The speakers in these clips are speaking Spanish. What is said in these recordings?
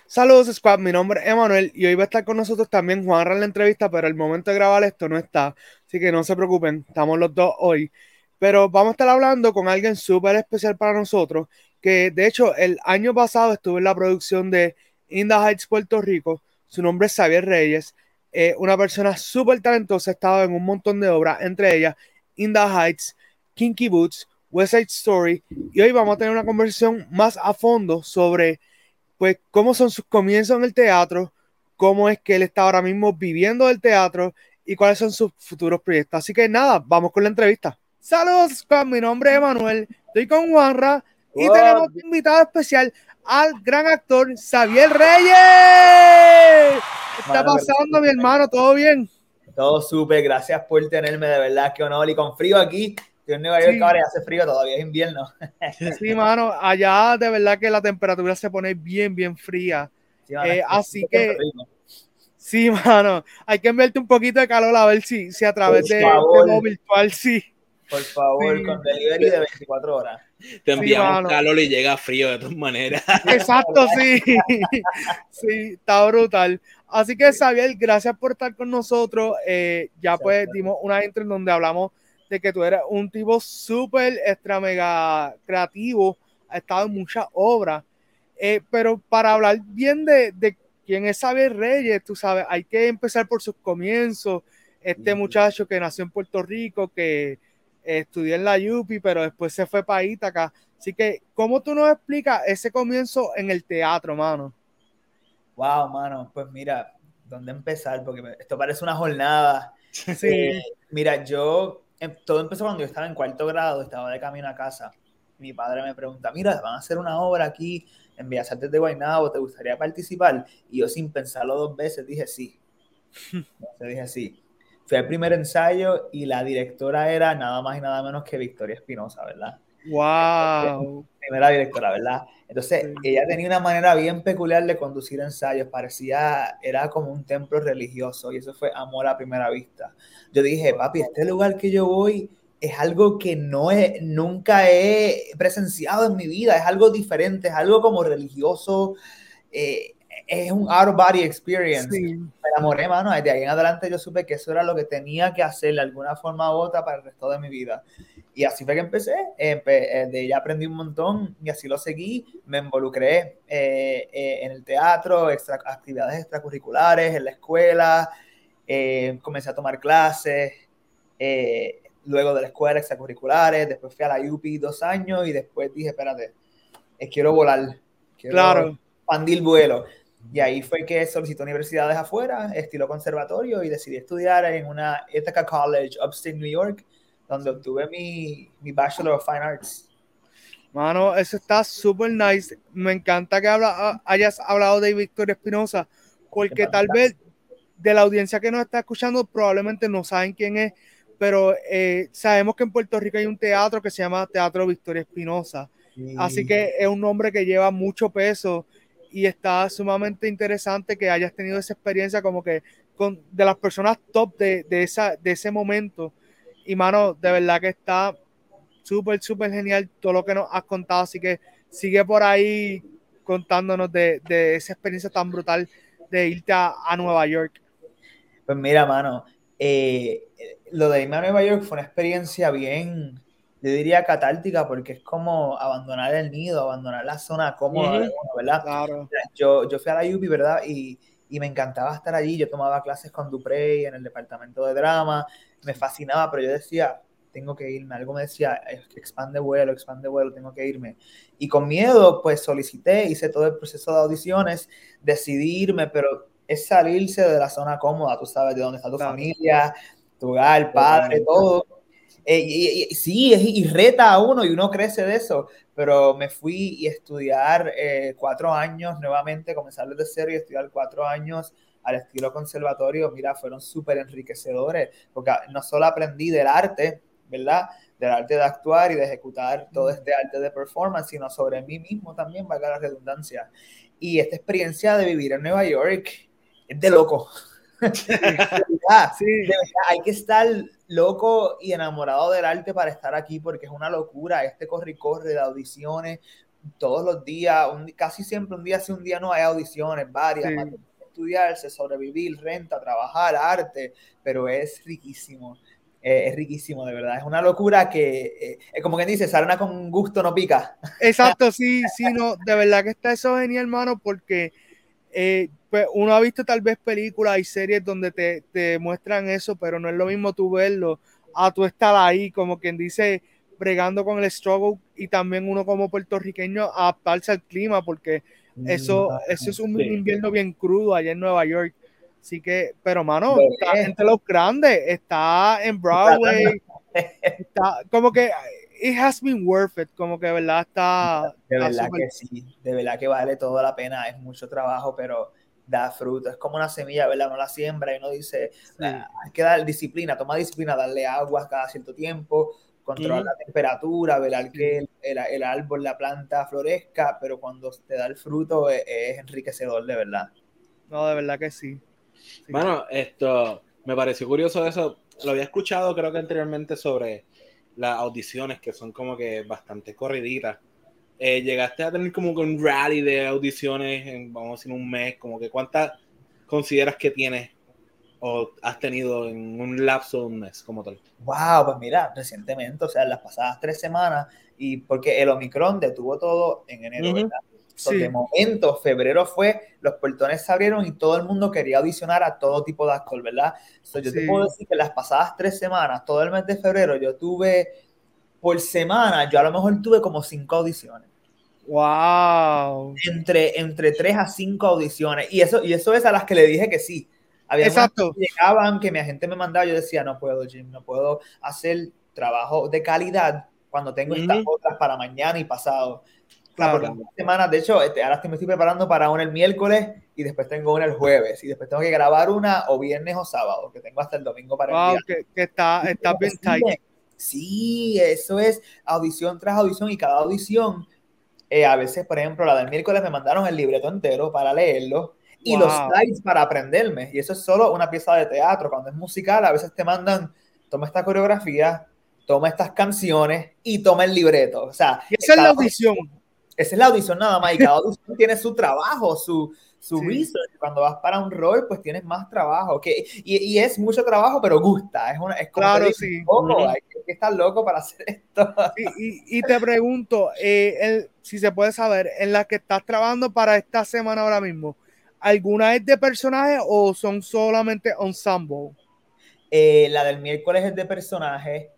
Saludos, Squad. Mi nombre es Emanuel y hoy va a estar con nosotros también Juan en la entrevista, pero el momento de grabar esto no está. Así que no se preocupen, estamos los dos hoy. Pero vamos a estar hablando con alguien súper especial para nosotros, que de hecho el año pasado estuvo en la producción de In the Heights, Puerto Rico. Su nombre es Xavier Reyes, una persona súper talentosa, ha estado en un montón de obras, entre ellas In the Heights, Kinky Boots, West Side Story. Y hoy vamos a tener una conversación más a fondo sobre pues cómo son sus comienzos en el teatro, cómo es que él está ahora mismo viviendo del teatro y cuáles son sus futuros proyectos. Así que nada, vamos con la entrevista. Saludos, mi nombre es Manuel, estoy con Juanra y What? tenemos invitado especial al gran actor Xavier Reyes. ¿Qué está Mano, pasando, mi hermano? ¿Todo bien? todo súper, gracias por tenerme, de verdad, que honor. Y con frío aquí, estoy en Nueva York Sí, ahora y hace frío, todavía es invierno. sí, mano, allá de verdad que la temperatura se pone bien, bien fría. Sí, mano, Así es Puerto que Rico. sí, mano, hay que enviarte un poquito de calor a ver si a Por través de favor, modo virtual, sí, por favor, sí, con delivery de 24 horas. Te sí, enviamos mano. calor y llega frío de todas maneras. Exacto, sí, sí, está brutal. Así que, Xavier, gracias por estar con nosotros. Ya pues dimos una intro en donde hablamos de que tú eres un tipo súper extra mega creativo, has estado en muchas obras. Pero para hablar bien de quién es Xavier Reyes, tú sabes, hay que empezar por sus comienzos. Este muchacho que nació en Puerto Rico, que estudió en la UPI, pero después se fue para Ítaca. Así que, ¿cómo tú nos explicas ese comienzo en el teatro, mano? Wow, mano, pues mira, ¿dónde empezar? Porque esto parece una jornada. Eh, Sí. Mira, todo empezó cuando yo estaba en cuarto grado, estaba de camino a casa. Mi padre me pregunta, mira, van a hacer una obra aquí en Bellas Artes de Guaynabo, ¿te gustaría participar? Y yo sin pensarlo dos veces dije sí. Entonces dije sí. Fui al primer ensayo y la directora era nada más y nada menos que Victoria Espinosa, ¿verdad? Wow. Primera directora, ¿verdad? Entonces, Sí. ella tenía una manera bien peculiar de conducir ensayos, era como un templo religioso y eso fue amor a primera vista. Yo dije, papi, este lugar que yo voy es algo que nunca he presenciado en mi vida, es algo diferente, es algo como religioso, es un out of body experience. Sí. Me enamoré, mano, desde ahí en adelante yo supe que eso era lo que tenía que hacer de alguna forma u otra para el resto de mi vida. Y así fue que empecé, de ella aprendí un montón y así lo seguí, me involucré en el teatro, actividades extracurriculares, en la escuela, comencé a tomar clases, luego de la escuela extracurriculares, después fui a la UPI 2 años y después dije, espérate, quiero volar, quiero Claro. expandir vuelo. Y ahí fue que solicité universidades afuera, estilo conservatorio, y decidí estudiar en una Ithaca College, upstate New York, donde obtuve mi Bachelor of Fine Arts. Mano, eso está súper nice. Me encanta que hayas hablado de Victoria Espinosa, Que porque para tal vez de la audiencia que nos está escuchando probablemente no saben quién es, pero sabemos que en Puerto Rico hay un teatro que se llama Teatro Victoria Espinosa. Así y, que es un nombre que lleva mucho peso y está sumamente interesante que hayas tenido esa experiencia como que de las personas top de ese momento. Y mano, de verdad que está súper, súper genial todo lo que nos has contado. Así que sigue por ahí contándonos de esa experiencia tan brutal de irte a Nueva York. pues mira, mano, lo de irme a Nueva York fue una experiencia bien, yo diría catártica, porque es como abandonar el nido, abandonar la zona cómoda de uno, ¿verdad? Claro, Yo fui a la UPI, ¿verdad? Y me encantaba estar allí. Yo tomaba clases con Duprey en el departamento de drama. Me fascinaba, pero yo decía, tengo que irme. Algo me decía, expande vuelo, tengo que irme. Y con miedo, pues solicité, hice todo el proceso de audiciones, decidí irme, pero es salirse de la zona cómoda, tú sabes, de dónde está tu claro. familia, tu hogar, padre, Totalmente. todo. Sí, y reta a uno y uno crece de eso, pero me fui y estudiar 4 años nuevamente, comenzar desde cero y estudiar 4 años al estilo conservatorio, mira, fueron súper enriquecedores, porque no solo aprendí del arte, ¿verdad? Del arte de actuar y de ejecutar todo este arte de performance, sino sobre mí mismo también, valga la redundancia. Y esta experiencia de vivir en Nueva York es de loco. De Sí, verdad, hay que estar loco y enamorado del arte para estar aquí porque es una locura este corre y corre de audiciones, todos los días, casi siempre un día sí, un día no, hay audiciones varias, Sí. estudiarse, sobrevivir, renta, trabajar, arte, pero es riquísimo. Es riquísimo, de verdad. Es una locura que, como quien dice, sarna con gusto no pica. Exacto, sí, sí, no, de verdad que está eso genial, hermano, porque pues uno ha visto tal vez películas y series donde te muestran eso, pero no es lo mismo tú verlo a tú estar ahí, como quien dice, bregando con el struggle y también uno como puertorriqueño adaptarse al clima, porque eso es un Sí. invierno bien crudo allá en Nueva York. Así que, pero mano, Lo está es. entre los grandes, está en Broadway, está como que it has been worth it, como que de verdad De está verdad súper. que sí, de verdad que vale toda la pena, es mucho trabajo, pero da fruto, es como una semilla, ¿verdad? Uno la siembra y uno dice, Sí, hay que dar disciplina, toma disciplina, darle agua cada cierto tiempo, controlar Ujú. la temperatura, velar que sí. el árbol, la planta florezca, pero cuando te da el fruto es enriquecedor, de verdad. No, de verdad que sí. Sí. Bueno, esto me pareció curioso eso. Lo había escuchado, creo que anteriormente, sobre las audiciones que son como que bastante corriditas. Llegaste a tener como que un rally de audiciones en, vamos a decir, un mes, como que ¿cuántas consideras que tienes o has tenido en un lapso de un mes como tal? Wow, pues mira, recientemente, o sea, en las pasadas 3 semanas, y porque el Omicron detuvo todo en enero, Ujú. ¿verdad? So, de Sí, momento, febrero fue, los portones se abrieron y todo el mundo quería audicionar a todo tipo de actor, ¿verdad? So, yo te puedo sí. decir que las pasadas 3 semanas, todo el mes de febrero, yo tuve, por semana, yo a lo mejor tuve como 5 audiciones. Wow. Entre 3 a 5 audiciones. Y eso es a las que le dije que sí. Había unas Exacto. que llegaban que mi agente me mandaba, yo decía, no puedo, Jim, no puedo hacer trabajo de calidad cuando tengo estas Ujú. otras para mañana y pasado. O sea, porque Claro. esta semana, de hecho, ahora me estoy preparando para una el miércoles y después tengo una el jueves y después tengo que grabar una o viernes o sábado, que tengo hasta el domingo para enviar. Wow, que está bien tight. Sí, eso es audición tras audición y cada audición a veces, por ejemplo, la del miércoles me mandaron el libreto entero para leerlo y los Wow. slides para aprenderme. Y eso es solo una pieza de teatro. Cuando es musical, a veces te mandan, toma esta coreografía, toma estas canciones y toma el libreto. O sea, Y esa es la cada audición. esa es la audición nada más y cada audición tiene su trabajo, su Sí. research. Cuando vas para un rol, pues tienes más trabajo. Y es mucho trabajo, pero gusta. Es como te Claro, digo, un sí. poco, Ujú. hay que estar loco para hacer esto. Y te pregunto, si se puede saber, en la que estás trabajando para esta semana ahora mismo, ¿alguna es de personaje o son solamente ensemble? La del miércoles es de personaje.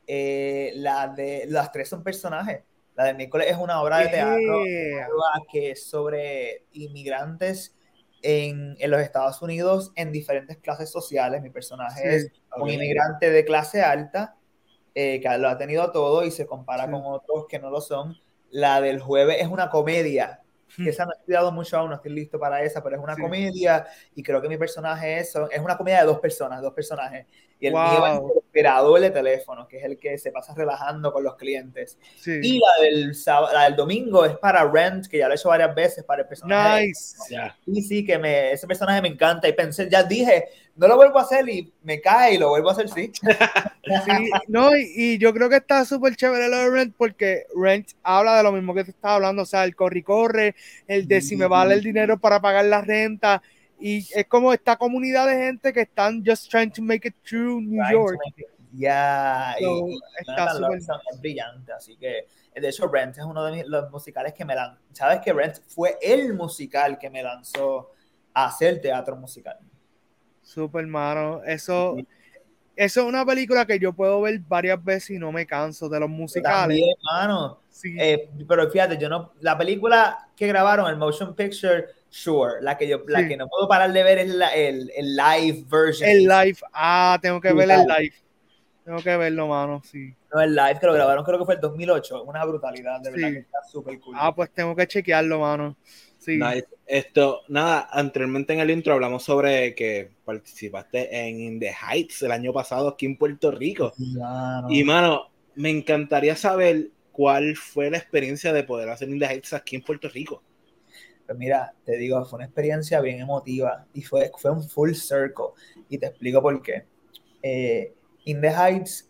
Las tres son personajes. La del miércoles es una obra de teatro Yeah. nueva que es sobre inmigrantes en los Estados Unidos en diferentes clases sociales. Mi personaje Sí, es un Ok. inmigrante de clase alta que lo ha tenido todo y se compara con sí. otros que no lo son. La del jueves es una comedia, que esa no he estudiado mucho aún, no estoy listo para esa, pero es una Sí. comedia y creo que mi personaje es una comedia de dos personas, dos personajes. Y el mío es Wow. el operador de teléfono, que es el que se pasa relajando con los clientes. Sí. Y la del domingo es para Rent, que ya lo he hecho varias veces, para el personaje de... Nice. Ya. Y sí, ese personaje me encanta y pensé, ya dije, no lo vuelvo a hacer y me cae y lo vuelvo a hacer, sí. Sí, no, y yo creo que está súper chévere lo de Rent porque Rent habla de lo mismo que te estaba hablando, o sea, el corre y corre, el de si me vale el dinero para pagar la renta, y es como esta comunidad de gente que están just trying to make it through New Trying to York, make it. Ya, so, y está Jonathan súper, Larson es brillante, así que de hecho Rent es uno de los musicales que me lanzó. ¿Sabes que Rent fue el musical que me lanzó a hacer teatro musical? súper, mano, eso es una película que yo puedo ver varias veces y no me canso de los Yo musicales, también, mano. sí, Pero fíjate, yo no, la película que grabaron, el motion picture, sure, la que sí, no puedo parar de ver es el live version que el hizo. live, tengo que ver el Brutal. live, tengo que verlo, mano, sí, No, el live que lo grabaron creo que fue el 2008, una brutalidad, de verdad que sí. está súper cool. Pues tengo que chequearlo, mano. Sí. Nice. Esto, nada, anteriormente en el intro hablamos sobre que participaste en In the Heights el año pasado aquí en Puerto Rico. Y, Mano. mano, me encantaría saber cuál fue la experiencia de poder hacer In the Heights aquí en Puerto Rico. Pues mira, te digo, fue una experiencia bien emotiva y fue un full circle. Y te explico por qué. In the Heights,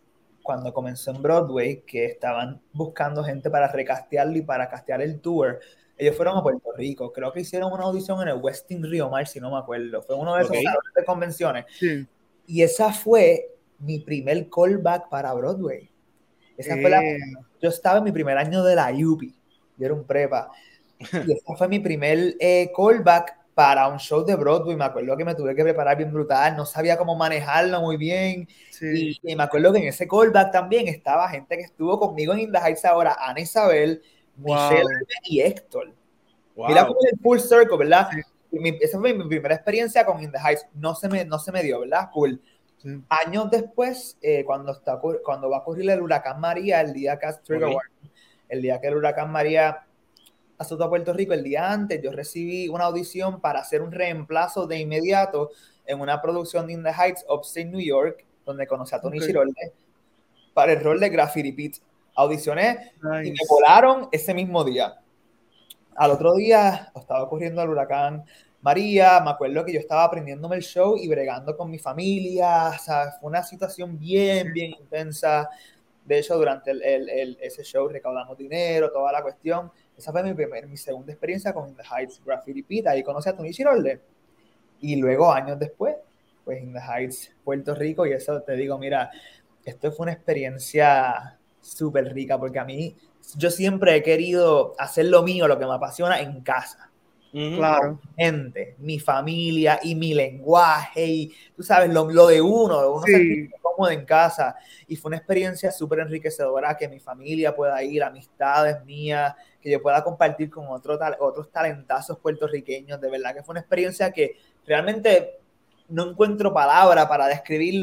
cuando comenzó en Broadway, que estaban buscando gente para recastearlo y para castear el tour, ellos fueron a Puerto Rico. Creo que hicieron una audición en el Westin Río Mar, si no me acuerdo. Fue uno de esos salones de convenciones. Sí. Y esa fue mi primer callback para Broadway. Esa fue yo estaba en mi primer año de la UPI. Yo era un prepa. Y esa fue mi primer callback para un show de Broadway. Me acuerdo que me tuve que preparar bien brutal. No sabía cómo manejarlo muy bien. Sí. Y me acuerdo que en ese callback también estaba gente que estuvo conmigo en In the Heights ahora. Ana Isabel, Michelle y Héctor. Wow. Mira cómo es el full circle, ¿verdad? Sí. Esa fue mi primera experiencia con In the Heights. No se me dio, ¿verdad? Cool. Sí. Años después, cuando va a ocurrir el huracán María, el día que el día que el huracán María azotó a Puerto Rico, el día antes, yo recibí una audición para hacer un reemplazo de inmediato en una producción de In the Heights, Upstate New York, donde conocí a Tony Girolde para el rol de Graffiti Pete. Audicioné y me volaron ese mismo día. Al otro día estaba ocurriendo el huracán María, me acuerdo que yo estaba aprendiéndome el show y bregando con mi familia, o sea, fue una situación bien intensa. De hecho, durante ese show recaudamos dinero, toda la cuestión. Esa fue mi segunda experiencia con In the Heights Graffiti Pete. Ahí conocí a Tony Girolde. Y luego, años después, pues In the Heights, Puerto Rico. Y eso te digo, mira, esto fue una experiencia súper rica porque a mí, yo siempre he querido hacer lo mío, lo que me apasiona en casa. Claro. Con mi gente, mi familia y mi lenguaje y tú sabes, lo de uno sí. Sentirse cómodo en casa. Y fue una experiencia súper enriquecedora que mi familia pueda ir, amistades mías, que yo pueda compartir con otros talentazos puertorriqueños. De verdad que fue una experiencia que realmente no encuentro palabra para describir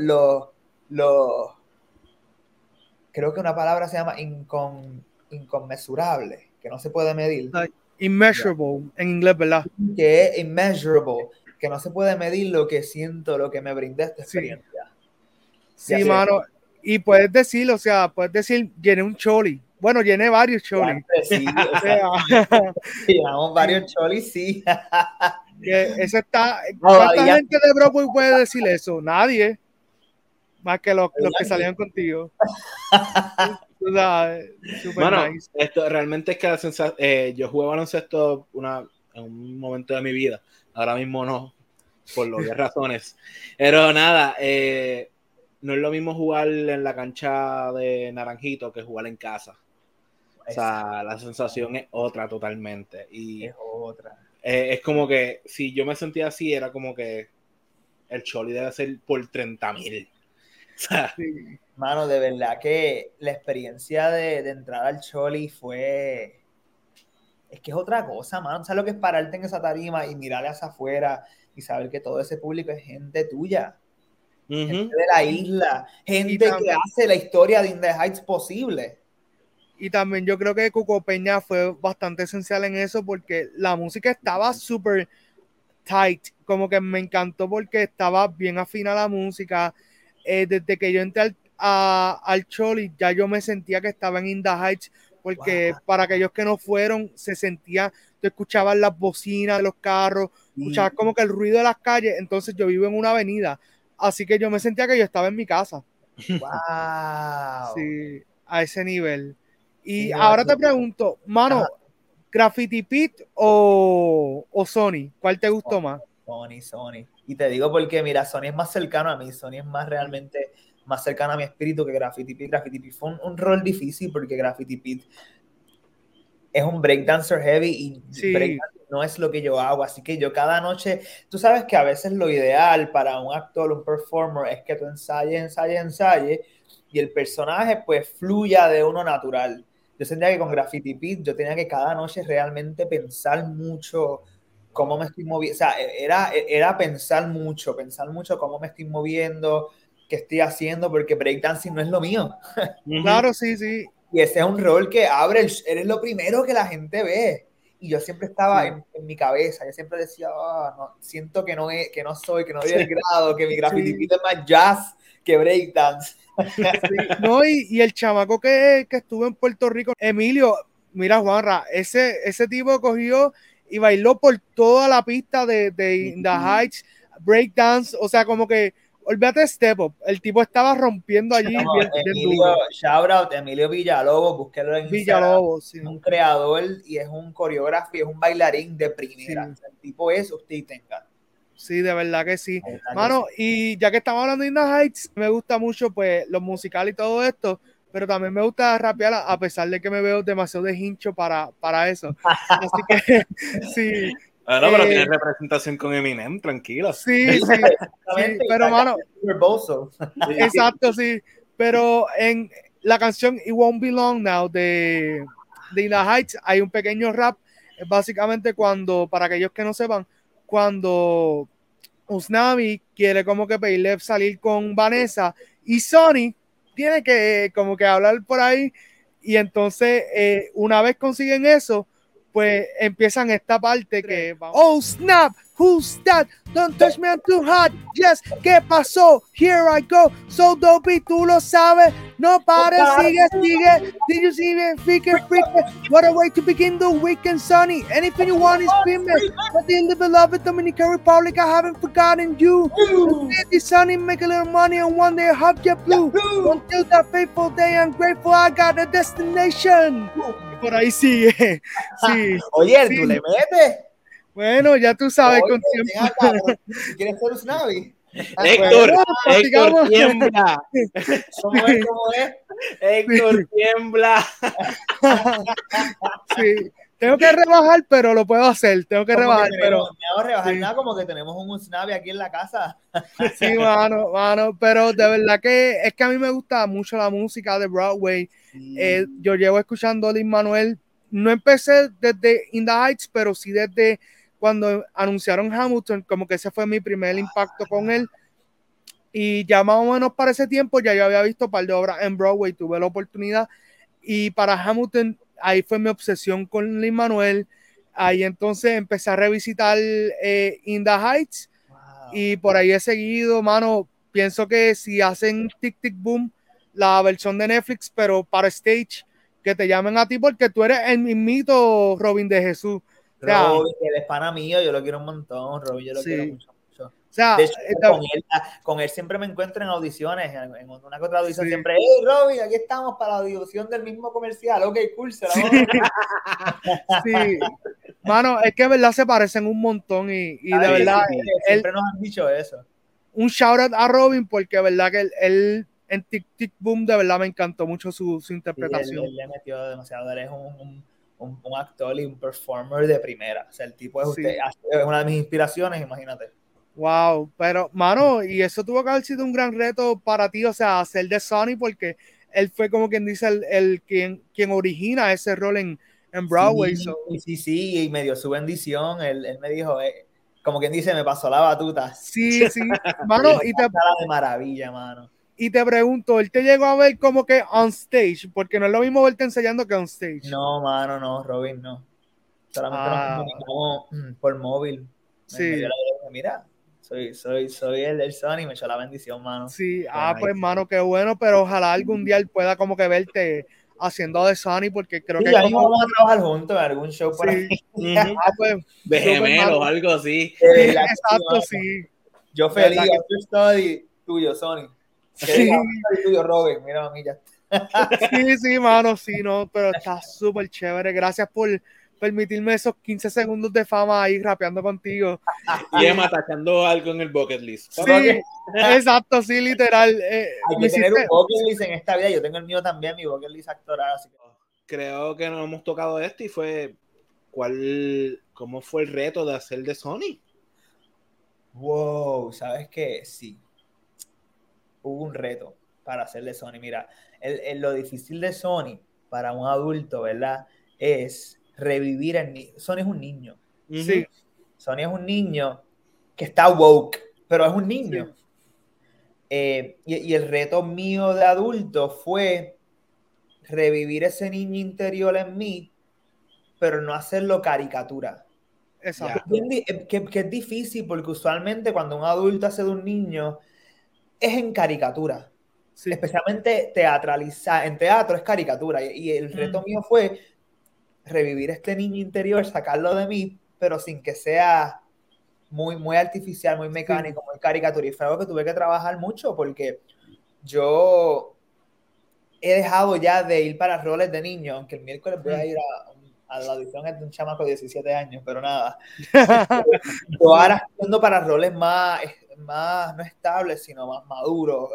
creo que una palabra se llama inconmensurable, que no se puede medir. Immeasurable, en inglés, ¿verdad? Que es immeasurable, que no se puede medir lo que siento, lo que me brindé esta experiencia. Sí, mano. Y puedes decir, llené un choli. Bueno, llené varios cholis. Sí, llenamos varios cholis, sí. Eso está. ¿Cuánta gente de Broadway puede decir eso? Nadie. Más que los que salían contigo. Bueno, nice. Esto realmente es que yo jugué baloncesto en un momento de mi vida. Ahora mismo no, por obvias razones. Pero nada, no es lo mismo jugar en la cancha de Naranjito que jugar en casa. O sea, la sensación es otra totalmente. Y es otra. Es como que si yo me sentía así, era como que el choli debe ser por 30,000. O sea, sí. Mano, de verdad que la experiencia de entrar al Choli fue... Es que es otra cosa, mano. ¿Sabes lo que es pararte en esa tarima y mirarle hacia afuera y saber que todo ese público es gente tuya? Gente de la isla. Gente que hace la historia de In the Heights posible. Y también yo creo que Cuco Peña fue bastante esencial en eso porque la música estaba súper tight. Como que me encantó porque estaba bien afina la música. Desde que yo entré al Choli, ya yo me sentía que estaba en In the Heights, porque para aquellos que no fueron, se sentía, tú escuchabas las bocinas de los carros, escuchabas como que el ruido de las calles. Entonces yo vivo en una avenida, así que yo me sentía que yo estaba en mi casa. Wow. Sí, a ese nivel. Y ahora te pregunto, mano, Graffiti Pete o Sony, ¿cuál te gustó más? Sony. Y te digo porque, mira, Sony es más cercano a mí, Sony es más realmente más cercano a mi espíritu que Graffiti Pete. Graffiti Pete fue un rol difícil porque Graffiti Pete es un breakdancer heavy y breakdance no es lo que yo hago, así que yo cada noche, tú sabes que a veces lo ideal para un actor, un performer, es que tú ensayes y el personaje pues fluya de uno natural. Yo sentía que con Graffiti Pete yo tenía que cada noche realmente pensar mucho cómo me estoy moviendo, o sea, era pensar mucho cómo me estoy moviendo, qué estoy haciendo, porque breakdancing no es lo mío. Claro, sí. Y ese es un rol que eres lo primero que la gente ve. Y yo siempre estaba en mi cabeza, yo siempre decía, no, siento que no doy el grado, que mi Graffiti Pete es más jazz que breakdance. No, y el chamaco que estuvo en Puerto Rico, Emilio, mira, Juanra, ese tipo cogió y bailó por toda la pista de In the Heights, breakdance, o sea, como que olvídate de Step Up, el tipo estaba rompiendo allí bien duro. Shout out, Emilio Villalobos, búsquelo en Villalobos, sí. Es un creador y es un coreógrafo y es un bailarín de primera. Sí. O sea, el tipo es usted y tenga. Sí, de verdad que sí. Mano, y ya que estamos hablando de In the Heights, me gusta mucho pues los musicales y todo esto, pero también me gusta rapear a pesar de que me veo demasiado de hincho para eso. Así que sí. Bueno, pero tienes representación con Eminem, tranquilo. Sí, sí, sí, pero mano, exacto, sí, pero en la canción It Won't Be Long Now de In the Heights hay un pequeño rap, es básicamente cuando, para aquellos que no sepan, cuando Usnavi quiere como que pedirle salir con Vanessa y Sony tiene que como que hablar por ahí y entonces una vez consiguen eso, pues empiezan esta parte que oh snap, who's that? Don't touch me, I'm too hot. Yes, ¿qué pasó? Here I go. So dopey, tú lo sabes. No pares, sigue, sigue. Did you see me? Freak it. What a way to begin the weekend, Sonny. Anything you want is famous. But in the beloved Dominican Republic, I haven't forgotten you. This Sonny, make a little money and one day hop JetBlue. Until that fateful day, I'm grateful I got a destination. Por ahí sigue. Sí. Oye, sí. ¿tú le metes? Bueno, ya tú sabes. Oye, con tiempo. acá, ¿quieres ser Usnavi? Héctor, Héctor tiembla. ¿Cómo es? Héctor tiembla. Sí. Tengo que rebajar, pero lo puedo hacer. Tengo que rebajar, pero. No hago rebajar nada, como que tenemos un Usnavi aquí en la casa. Sí, mano, pero de verdad que es que a mí me gusta mucho la música de Broadway. Yo llevo escuchando a Lin-Manuel. No empecé desde In the Heights, pero sí desde cuando anunciaron Hamilton, como que ese fue mi primer impacto con él. Y ya más o menos para ese tiempo ya yo había visto un par de obras en Broadway, tuve la oportunidad. Y para Hamilton, ahí fue mi obsesión con Lin-Manuel. Ahí entonces empecé a revisitar In the Heights. Wow. Y por ahí he seguido, mano. Pienso que si hacen Tic Tic Boom, la versión de Netflix, pero para stage, que te llamen a ti porque tú eres el mismito Robin de Jesús. O sea, Robin, él es pana mío, yo lo quiero un montón, Robin, yo lo quiero mucho. O sea, de hecho, con él siempre me encuentro en audiciones, en una que otra audición siempre, hey Robin, aquí estamos para la audición del mismo comercial, ok, cool, se la vamos a... Sí, mano, es que de verdad se parecen un montón y de verdad siempre nos han dicho eso. Un shout out a Robin porque de verdad que él en Tic Tic Boom de verdad me encantó mucho su interpretación. Sí, él le metió demasiado, él es un actor y un performer de primera, o sea, el tipo es es una de mis inspiraciones, imagínate. Wow, pero mano, y eso tuvo que haber sido un gran reto para ti, o sea, hacer de Sonny, porque él fue como quien dice quien origina ese rol en Broadway. Sí, y me dio su bendición, él me dijo, como quien dice, me pasó la batuta. Sí, mano, y te de maravilla, mano. Y te pregunto, ¿él te llegó a ver como que on stage? Porque no es lo mismo verte ensayando que on stage. No, mano, no, Robin, no. Solamente nos comunicamos por móvil. Sí. Mira, soy el Sony, me echó la bendición, mano. Sí, pues, mano, qué bueno, pero ojalá algún día él pueda como que verte haciendo de Sony, porque creo que vamos a trabajar juntos en algún show por ahí. Pues, de gemelos o algo así. Exacto, sí. Yo feliz, tu study, tuyo, Sony. Sí. Tuyo, Robin, mira, mami, ya. Sí, mano, sí, no, pero está súper chévere. Gracias por permitirme esos 15 segundos de fama ahí rapeando contigo. Y Emma atacando algo en el bucket list. Sí, exacto, sí, literal. Hay que tener un bucket list en esta vida. Yo tengo el mío también, mi bucket list actoral. Así que... Creo que no hemos tocado esto y fue ¿cómo fue el reto de hacer de Sony? Wow, ¿sabes qué? Sí. Hubo un reto para hacer de Sony. Mira, lo difícil de Sony para un adulto, ¿verdad? Es revivir Sony es un niño. Sí. Sony es un niño que está woke, pero es un niño. Sí. Y el reto mío de adulto fue revivir ese niño interior en mí, pero no hacerlo caricatura. Exacto. Que es difícil porque usualmente cuando un adulto hace de un niño es en caricatura. Sí. Especialmente teatralizar. En teatro es caricatura. Y el reto mío fue revivir este niño interior, sacarlo de mí, pero sin que sea muy artificial, muy mecánico, muy caricaturista. Fue algo que tuve que trabajar mucho porque yo he dejado ya de ir para roles de niño, aunque el miércoles voy a ir a la audición de un chamaco de 17 años, pero nada. Yo ahora estoy yendo para roles más no estables, sino más maduros.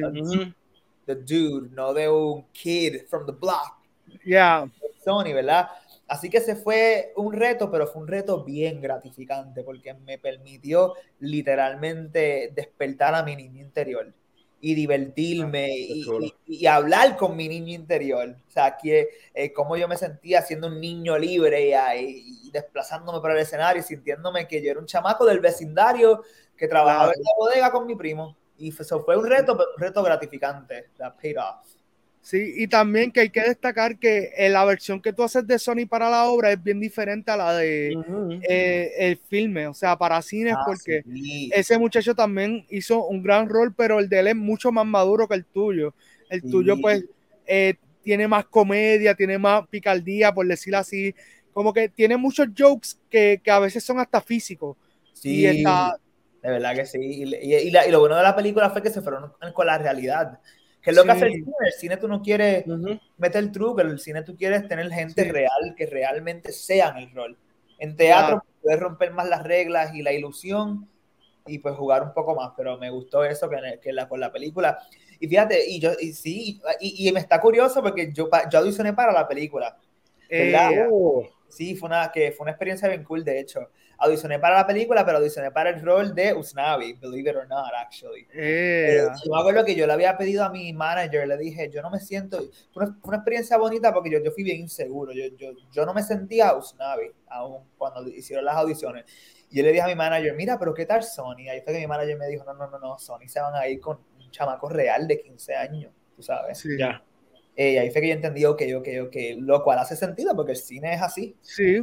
The dude, no de un kid from the block. Sony, ¿verdad? Así que se fue un reto, pero fue un reto bien gratificante porque me permitió literalmente despertar a mi niño interior y divertirme y hablar con mi niño interior. O sea, cómo yo me sentía siendo un niño libre y desplazándome por el escenario, sintiéndome que yo era un chamaco del vecindario que trabajaba en la bodega con mi primo. Y eso fue un reto, pero un reto gratificante. That paid off. Sí, y también que hay que destacar que la versión que tú haces de Sony para la obra es bien diferente a la de el filme, o sea, para cines, porque ese muchacho también hizo un gran rol, pero el de él es mucho más maduro que el tuyo. El tuyo, pues, tiene más comedia, tiene más picardía, por decirlo así, como que tiene muchos jokes que a veces son hasta físicos. Sí, de verdad que sí. Y lo bueno de la película fue que se fueron con la realidad. Que es lo que hace el cine. El cine tú no quieres meter el truco, el cine tú quieres tener gente real que realmente sean el rol. En teatro puedes romper más las reglas y la ilusión y pues jugar un poco más, pero me gustó eso con la película. Y fíjate, y me está curioso porque yo audicioné para la película, ¿verdad? Sí, fue una experiencia bien cool, de hecho. Audicioné para la película, pero audicioné para el rol de Usnavi, believe it or not, actually. Yo me acuerdo que yo le había pedido a mi manager, le dije, yo no me siento, fue una experiencia bonita porque yo fui bien inseguro, yo no me sentía Usnavi, aún cuando hicieron las audiciones. Y yo le dije a mi manager, mira, pero ¿qué tal Sony? Ahí fue que mi manager me dijo, no, Sony se van a ir con un chamaco real de 15 años, tú sabes. Sí. Y ahí fue que yo entendí, ok, lo cual hace sentido porque el cine es así. Sí.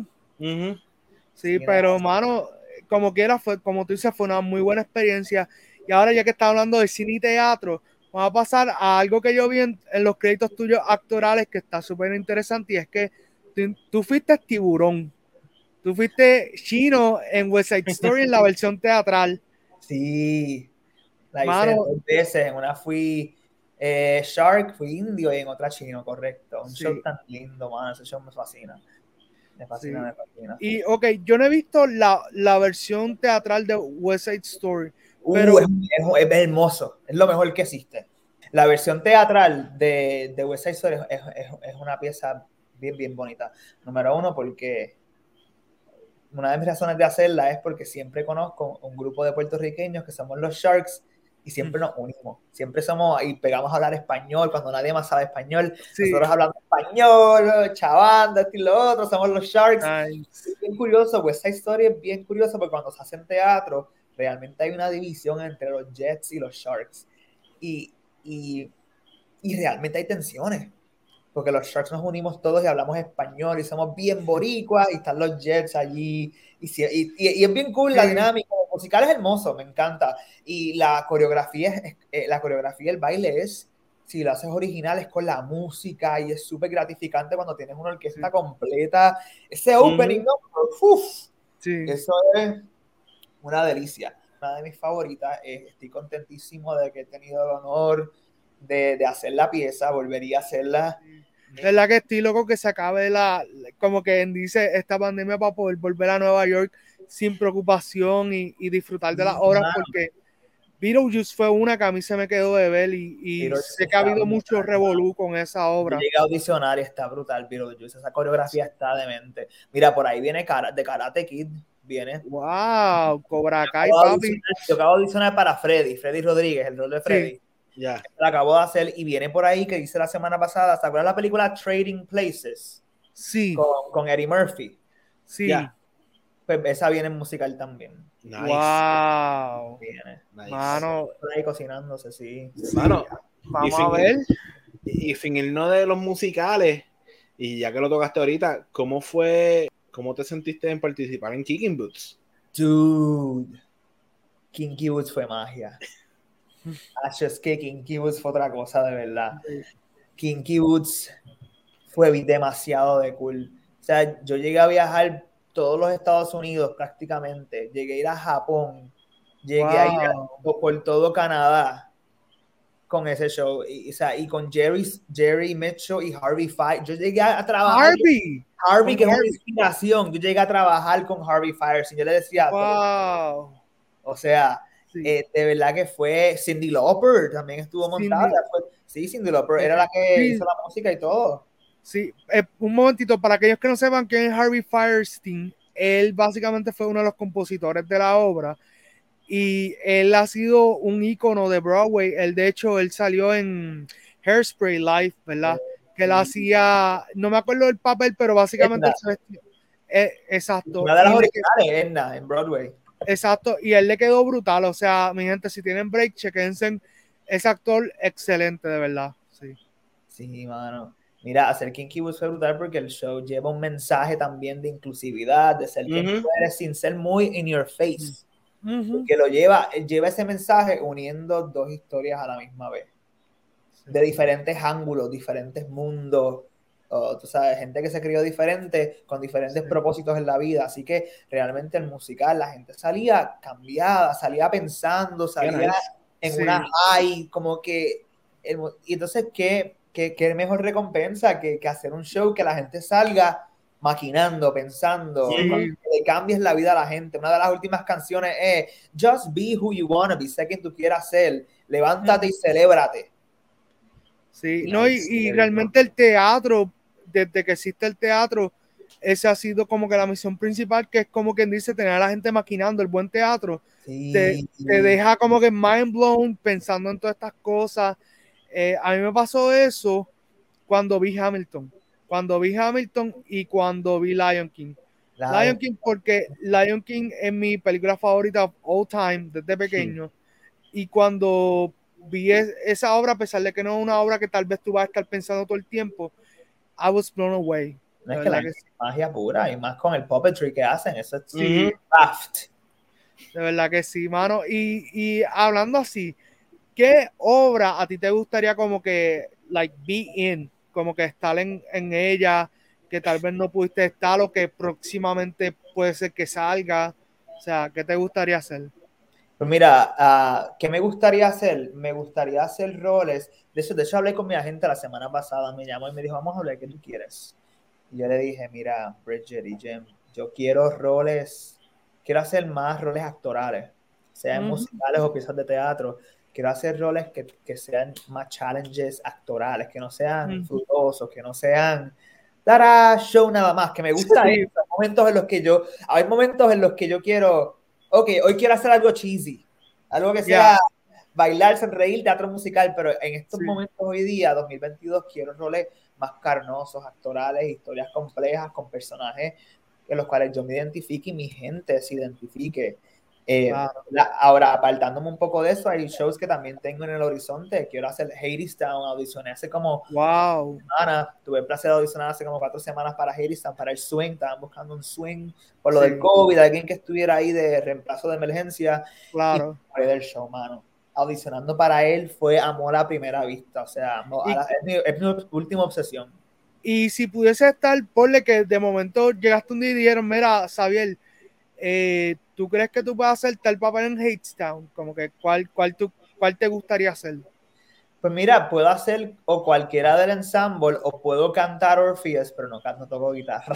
Sí, pero mano, como quiera, como tú dices, fue una muy buena experiencia. Y ahora ya que estás hablando de cine y teatro, vamos a pasar a algo que yo vi en los créditos tuyos actorales que está súper interesante, y es que tú fuiste Tiburón. Tú fuiste Chino en West Side Story en la versión teatral. Sí, la hice 2 veces. En una fui Shark, fui indio, y en otra Chino, correcto. Un show tan lindo, mano. Ese show me fascina. Me fascina. Y, ok, yo no he visto la versión teatral de West Side Story. Pero es hermoso. Es lo mejor que existe. La versión teatral de West Side Story es una pieza bien, bien bonita. Número uno, porque una de mis razones de hacerla es porque siempre conozco un grupo de puertorriqueños que somos los Sharks y siempre nos unimos, siempre somos y pegamos a hablar español cuando nadie más sabe español, nosotros hablando español, chavando, esto y lo otro, somos los Sharks. Es bien curioso, pues esa historia es bien curiosa porque cuando se hace en teatro realmente hay una división entre los Jets y los Sharks y realmente hay tensiones porque los Sharks nos unimos todos y hablamos español y somos bien boricuas y están los Jets allí y es bien cool la dinámica. El musical es hermoso, me encanta, y la coreografía el baile es, si lo haces original, es con la música y es súper gratificante cuando tienes una orquesta completa, ese opening, eso es una delicia, una de mis favoritas. Estoy contentísimo de que he tenido el honor de hacer la pieza, volvería a hacerla. ¿Verdad que estoy loco que se acabe como que dice, esta pandemia para poder volver a Nueva York sin preocupación y disfrutar de las obras? Porque Beetlejuice fue una que a mí se me quedó de ver y sé que ha habido mucho revolú con esa obra. Yo llegué a audicionar y está brutal Beetlejuice, esa coreografía está demente. Mira, por ahí viene de Karate Kid, viene. Wow, Cobra Kai, papi. Yo acabo de audicionar para Freddy Rodríguez, el rol de Freddy. Ya. Lo acabo de hacer y viene por ahí que hice la semana pasada. ¿Se acuerdan la película Trading Places? Sí. Con Eddie Murphy. Sí. Yeah. Pues esa viene en musical también. Nice. Wow. Viene. Nice. Mano. Por ahí cocinándose, sí. Mano, vamos a ver. Y sin irnos de los musicales, y ya que lo tocaste ahorita, ¿cómo te sentiste en participar en Kicking Boots? Dude. Kinky Boots fue magia. Es que Kinky Boots fue otra cosa, de verdad. Kinky Boots fue demasiado de cool. O sea, yo llegué a viajar todos los Estados Unidos prácticamente, llegué a ir a Japón, llegué a ir por todo Canadá con ese show, y, o sea, y con Jerry Mitchell y Harvey Five, yo llegué a trabajar Harvey, que es una inspiración, yo llegué a trabajar con Harvey Firestein, yo le decía o sea, sí. De verdad que fue Cyndi Lauper, también estuvo montada, sí, Cyndi Lauper era la que hizo la música y todo. Sí, un momentito, para aquellos que no sepan quién es Harvey Firestein, él básicamente fue uno de los compositores de la obra y él ha sido un ícono de Broadway. Él, de hecho, él salió en Hairspray Live, ¿verdad? Que él hacía, no me acuerdo del papel, pero básicamente él se vestió. Exacto. Una de las originales, Edna, en Broadway. Exacto, y él le quedó brutal. O sea, mi gente, si tienen break, chequense. Ese actor, excelente, de verdad. Sí, sí, mano. Mira, hacer Kinky Boots fue brutal porque el show lleva un mensaje también de inclusividad, de ser quien tú eres sin ser muy in your face. Que lo lleva ese mensaje uniendo dos historias a la misma vez. De diferentes ángulos, diferentes mundos. Tú sabes, gente que se crió diferente, con diferentes propósitos en la vida. Así que realmente el musical, la gente salía cambiada, salía pensando, salía en una high, como que... y entonces, ¿qué mejor recompensa que hacer un show que la gente salga maquinando, pensando, que le cambies la vida a la gente? Una de las últimas canciones es Just be who you wanna be, sé quien tú quieras ser, levántate y celébrate. Sí, no, y realmente el teatro, desde que existe el teatro, esa ha sido como que la misión principal, que es como quien dice, tener a la gente maquinando. El buen teatro te deja como que mind blown pensando en todas estas cosas. A mí me pasó eso cuando vi Hamilton y cuando vi Lion King. Lion King, porque Lion King es mi película favorita of all time desde pequeño. Y cuando vi esa obra, a pesar de que no es una obra que tal vez tú vas a estar pensando todo el tiempo, I was blown away. No es que la magia pura, y más con el puppetry que hacen, eso es craft. De verdad que sí, mano. Y hablando así, ¿qué obra a ti te gustaría como que, like, be in? Como que estar en ella, que tal vez no pudiste estar o que próximamente puede ser que salga. O sea, ¿qué te gustaría hacer? Pues mira, ¿qué me gustaría hacer? Me gustaría hacer roles. De hecho, hablé con mi agente la semana pasada, me llamó y me dijo, vamos a hablar, ¿qué tú quieres? Y yo le dije, mira, Bridget y Jem, yo quiero hacer más roles actorales, sean musicales o piezas de teatro. Quiero hacer roles que sean más challenges actorales, que no sean frutosos, que no sean show nada más, que me gusta eso. Hay momentos en los que yo quiero, ok, hoy quiero hacer algo cheesy, algo que sea bailar, sonreír, teatro musical, pero en estos momentos hoy día, 2022, quiero roles más carnosos, actorales, historias complejas, con personajes en los cuales yo me identifique y mi gente se identifique. Ahora, apartándome un poco de eso, hay shows que también tengo en el horizonte. Quiero hacer Hadestown, audicioné hace como semanas, tuve el placer de audicionar hace como 4 semanas para Hadestown, para el swing, estaban buscando un swing por lo del COVID, alguien que estuviera ahí de reemplazo de emergencia. Claro. Y del show, mano. Audicionando para él fue amor a primera vista, o sea, es mi última obsesión. Y si pudiese estar, ponle que de momento llegaste un día y dijeron, mira, Xavier, ¿tú crees que tú puedes hacer tal papel en Hadestown? Como que, ¿cuál te gustaría hacer? Pues mira, puedo hacer o cualquiera del ensemble o puedo cantar Orpheus, pero no toco guitarra.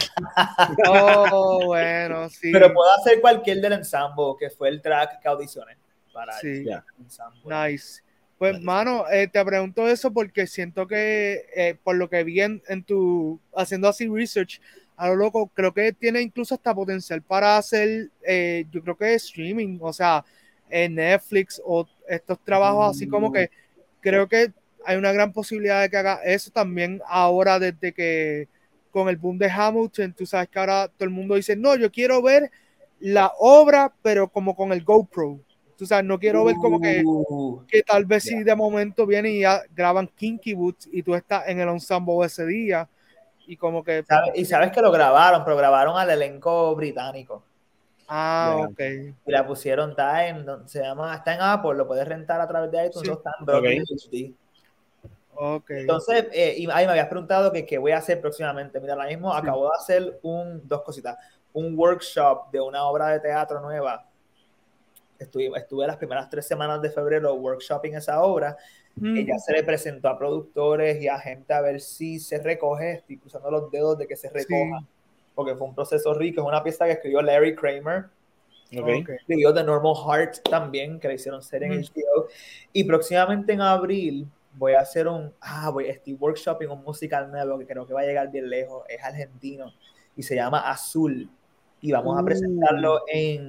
Oh, bueno, sí. Pero puedo hacer cualquier del ensemble, que fue el track que audicioné para el ensemble. Nice. Pues, mano, te pregunto eso porque siento que, por lo que vi en tu, haciendo así research, a lo loco, creo que tiene incluso hasta potencial para hacer, yo creo que streaming, o sea, en Netflix o estos trabajos así como que creo que hay una gran posibilidad de que haga eso también ahora desde que con el boom de Hamilton, tú sabes que ahora todo el mundo dice, no, yo quiero ver la obra, pero como con el GoPro. Tú sabes, no quiero ver como que tal vez si de momento vienen y ya graban Kinky Boots y tú estás en el ensemble ese día y como que... Y sabes que lo grabaron, pero grabaron al elenco británico. Ok. Y la pusieron, está en Apple, lo puedes rentar a través de iTunes, está en Broadway HD. Okay. Entonces, y ahí me habías preguntado que qué voy a hacer próximamente. Mira, ahora mismo Sí. acabo de hacer dos cositas. Un workshop de una obra de teatro nueva. Estuve las primeras 3 semanas de febrero workshopping esa obra. Ella se le presentó a productores y a gente a ver si se recoge. Estoy cruzando los dedos de que se recoja, Sí. porque fue un proceso rico. Es una pieza que escribió Larry Kramer. Okay. Escribió The Normal Heart también, que le hicieron ser en HBO. Y próximamente en abril voy a hacer estoy workshopping un musical nuevo que creo que va a llegar bien lejos. Es argentino y se llama Azul. Y vamos a presentarlo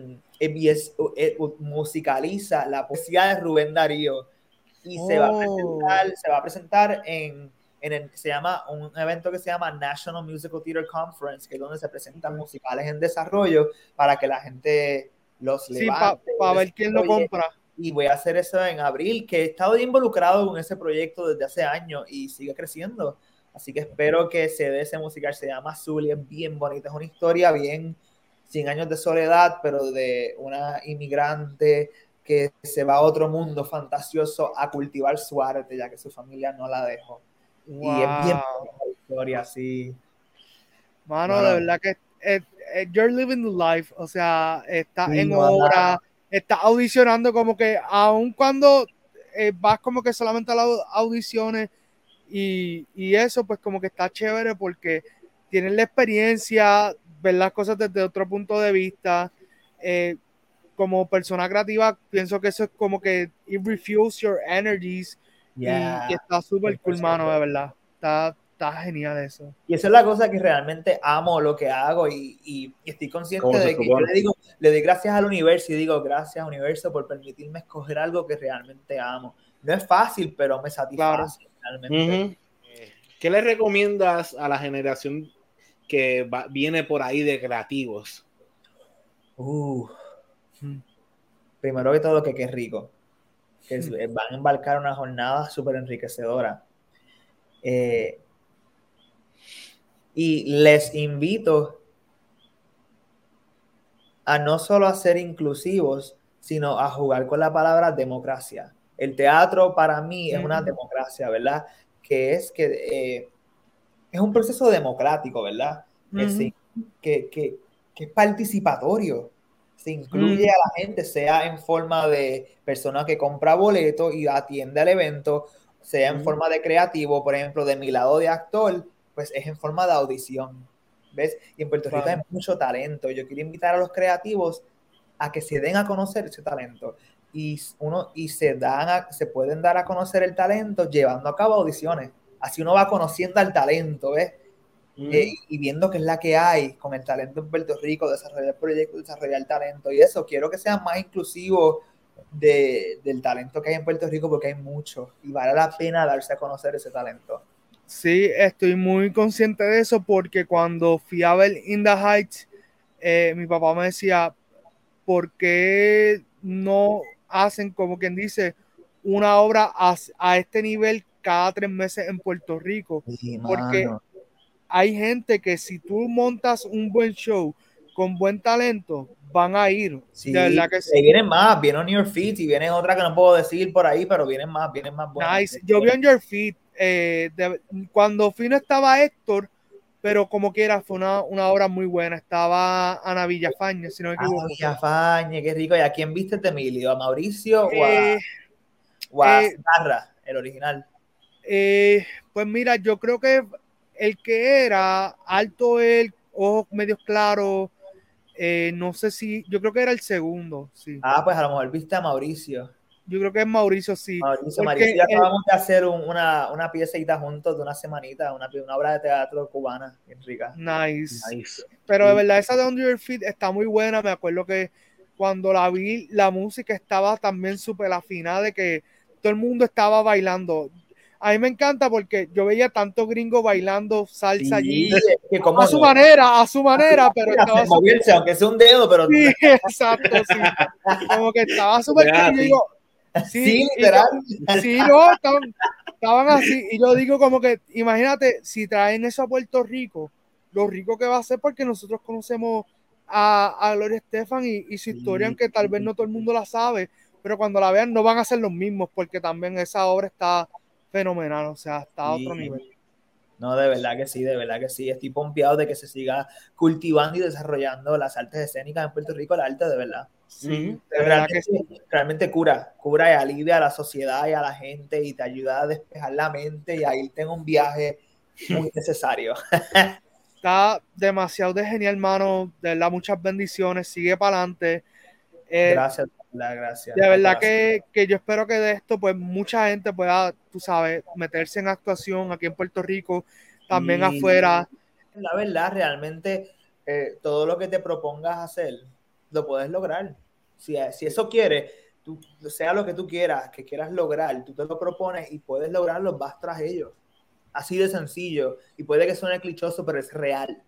musicaliza la poesía de Rubén Darío. Y se va a presentar se llama un evento que se llama National Musical Theater Conference, que es donde se presentan musicales en desarrollo para que la gente los levante. Para ver quién lo compra. Y voy a hacer eso en abril, que he estado involucrado con ese proyecto desde hace años y sigue creciendo. Así que espero que se dé ese musical. Se llama Azul y es bien bonita. Es una historia bien 100 años de soledad, pero de una inmigrante que se va a otro mundo fantasioso a cultivar su arte, ya que su familia no la dejó. Wow. Y es bien bonita la historia, así. Mano, de verdad que you're living the life. O sea, está Sí, en obra, está audicionando como que aun cuando vas como que solamente a las audiciones y eso, pues como que está chévere porque tienes la experiencia, ver las cosas desde otro punto de vista. Como persona creativa, pienso que eso es como que it refuels your energies y está súper cool, mano, de verdad. Está genial eso. Y eso es la cosa que realmente amo lo que hago y estoy consciente de que yo le doy gracias al universo y digo gracias universo por permitirme escoger algo que realmente amo. No es fácil, pero me satisface realmente. ¿Qué le recomiendas a la generación que viene por ahí de creativos? Primero que todo, que es rico. Que van a embarcar una jornada súper enriquecedora. Y les invito a no solo a ser inclusivos, sino a jugar con la palabra democracia. El teatro para mí es una democracia, ¿verdad? Que es un proceso democrático, ¿verdad? Que es participatorio. Se incluye a la gente, sea en forma de persona que compra boleto y atiende al evento, sea en forma de creativo, por ejemplo, de mi lado de actor, pues es en forma de audición. ¿Ves? Y en Puerto Rico hay mucho talento. Yo quiero invitar a los creativos a que se den a conocer ese talento. Y se pueden dar a conocer el talento llevando a cabo audiciones. Así uno va conociendo al talento, ¿ves? Y viendo qué es la que hay con el talento en Puerto Rico, desarrollar proyectos, desarrollar talento y eso. Quiero que sean más inclusivos del talento que hay en Puerto Rico porque hay mucho y vale la pena darse a conocer ese talento. Sí, estoy muy consciente de eso porque cuando fui a ver In the Heights, mi papá me decía, ¿por qué no hacen, como quien dice, una obra a este nivel cada 3 meses en Puerto Rico? Sí, porque hay gente que si tú montas un buen show con buen talento, van a ir. Sí, de verdad que sí. Y vienen más, viene On Your Feet y vienen otra que no puedo decir por ahí, pero vienen más buenas. Nice. Yo vi On Your Feet, cuando fui no estaba Héctor, pero como quiera fue una obra muy buena. Estaba Ana Villafañe, si no me equivoco. Villafañe, qué rico. ¿Y a quién viste, Emilio? ¿A Mauricio o a Cigarra, el original? Pues mira, yo creo que el que era alto, el ojos medios claros, no sé si, yo creo que era el segugo, sí. Pues a lo mejor viste a Mauricio. Yo creo que es Mauricio, sí. Mauricio y acabamos de hacer una piecita juntos de una semanita, una obra de teatro cubana, bien rica. Nice. Pero de verdad, esa de Under Your Feet está muy buena. Me acuerdo que cuando la vi, la música estaba también súper afinada, de que todo el mundo estaba bailando. A mí me encanta porque yo veía tanto gringo bailando salsa allí, a su manera, pero estaba moverse, aunque sea un dedo, pero sí, exacto, sí. Como que estaba súper cool. Y digo, sí, literal. Sí, no, estaban así. Y yo digo como que, imagínate, si traen eso a Puerto Rico, lo rico que va a ser porque nosotros conocemos a Gloria Estefan y su historia, aunque tal vez no todo el mundo la sabe, pero cuando la vean no van a ser los mismos porque también esa obra está fenomenal, o sea, está a otro Sí. nivel. No, de verdad que sí, de verdad que sí. Estoy pompeado de que se siga cultivando y desarrollando las artes escénicas en Puerto Rico, el arte de verdad. Sí, de verdad que sí. Realmente cura y alivia a la sociedad y a la gente y te ayuda a despejar la mente y a irte en un viaje muy necesario. Está demasiado de genial, hermano. De verdad, muchas bendiciones. Sigue para adelante. Gracias, gracias. De verdad que yo espero que de esto, pues, mucha gente pueda, tú sabes, meterse en actuación aquí en Puerto Rico, también afuera. La verdad, realmente, todo lo que te propongas hacer, lo puedes lograr. Si eso quieres, tú, sea lo que tú quieras, que quieras lograr, tú te lo propones y puedes lograrlo, vas tras ellos. Así de sencillo. Y puede que suene clichoso, pero es real.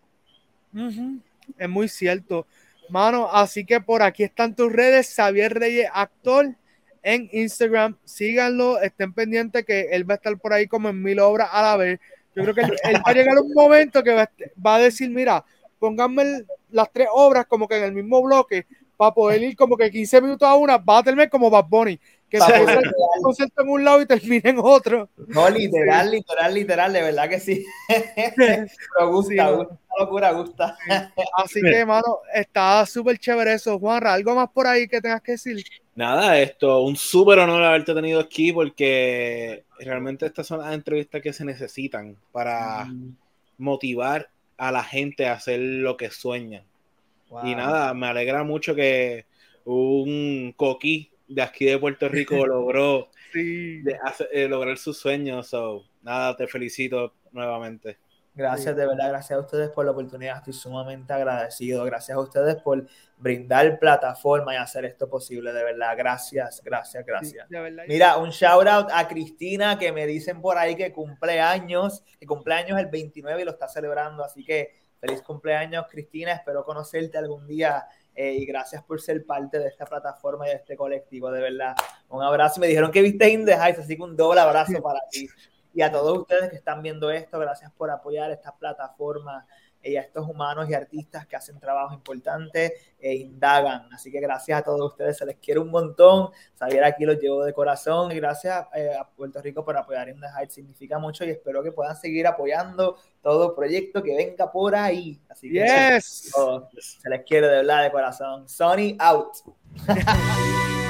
Es muy cierto. Mano, así que por aquí están tus redes, Xavier Reyes, actor, en Instagram. Síganlo, estén pendientes que él va a estar por ahí como en 1000 obras a la vez. Yo creo que él va a llegar un momento que va a decir, mira, pónganme las 3 obras como que en el mismo bloque para poder ir como que 15 minutos a una, va a tener como Bad Bunny, que empieza el concierto en un lado y termina en otro. No, literal, sí. literal, de verdad que sí. Pero gusta, sí, gusta, locura, gusta. Sí. Así que, mano, está súper chévere eso. Juanra, ¿algo más por ahí que tengas que decir? Nada, un súper honor haberte tenido aquí porque realmente estas son las entrevistas que se necesitan para motivar a la gente a hacer lo que sueñan. Wow. Y nada, me alegra mucho que un coquí de aquí de Puerto Rico logró lograr sus sueños. So, nada, te felicito nuevamente. Gracias, de verdad, gracias a ustedes por la oportunidad, estoy sumamente agradecido, gracias a ustedes por brindar plataforma y hacer esto posible, de verdad, gracias. Sí, de verdad. Mira, un shout out a Cristina, que me dicen por ahí que cumpleaños el 29 y lo está celebrando, así que feliz cumpleaños, Cristina, espero conocerte algún día y gracias por ser parte de esta plataforma y de este colectivo, de verdad, un abrazo, me dijeron que viste In The Heights, así que un doble abrazo para ti. Y a todos ustedes que están viendo esto, gracias por apoyar esta plataforma y a estos humanos y artistas que hacen trabajos importantes e indagan. Así que gracias a todos ustedes, se les quiere un montón. Xavier aquí los llevo de corazón y gracias a Puerto Rico por apoyar In The Heights. Significa mucho y espero que puedan seguir apoyando todo proyecto que venga por ahí. Así que se les quiere de verdad de corazón. Sony out.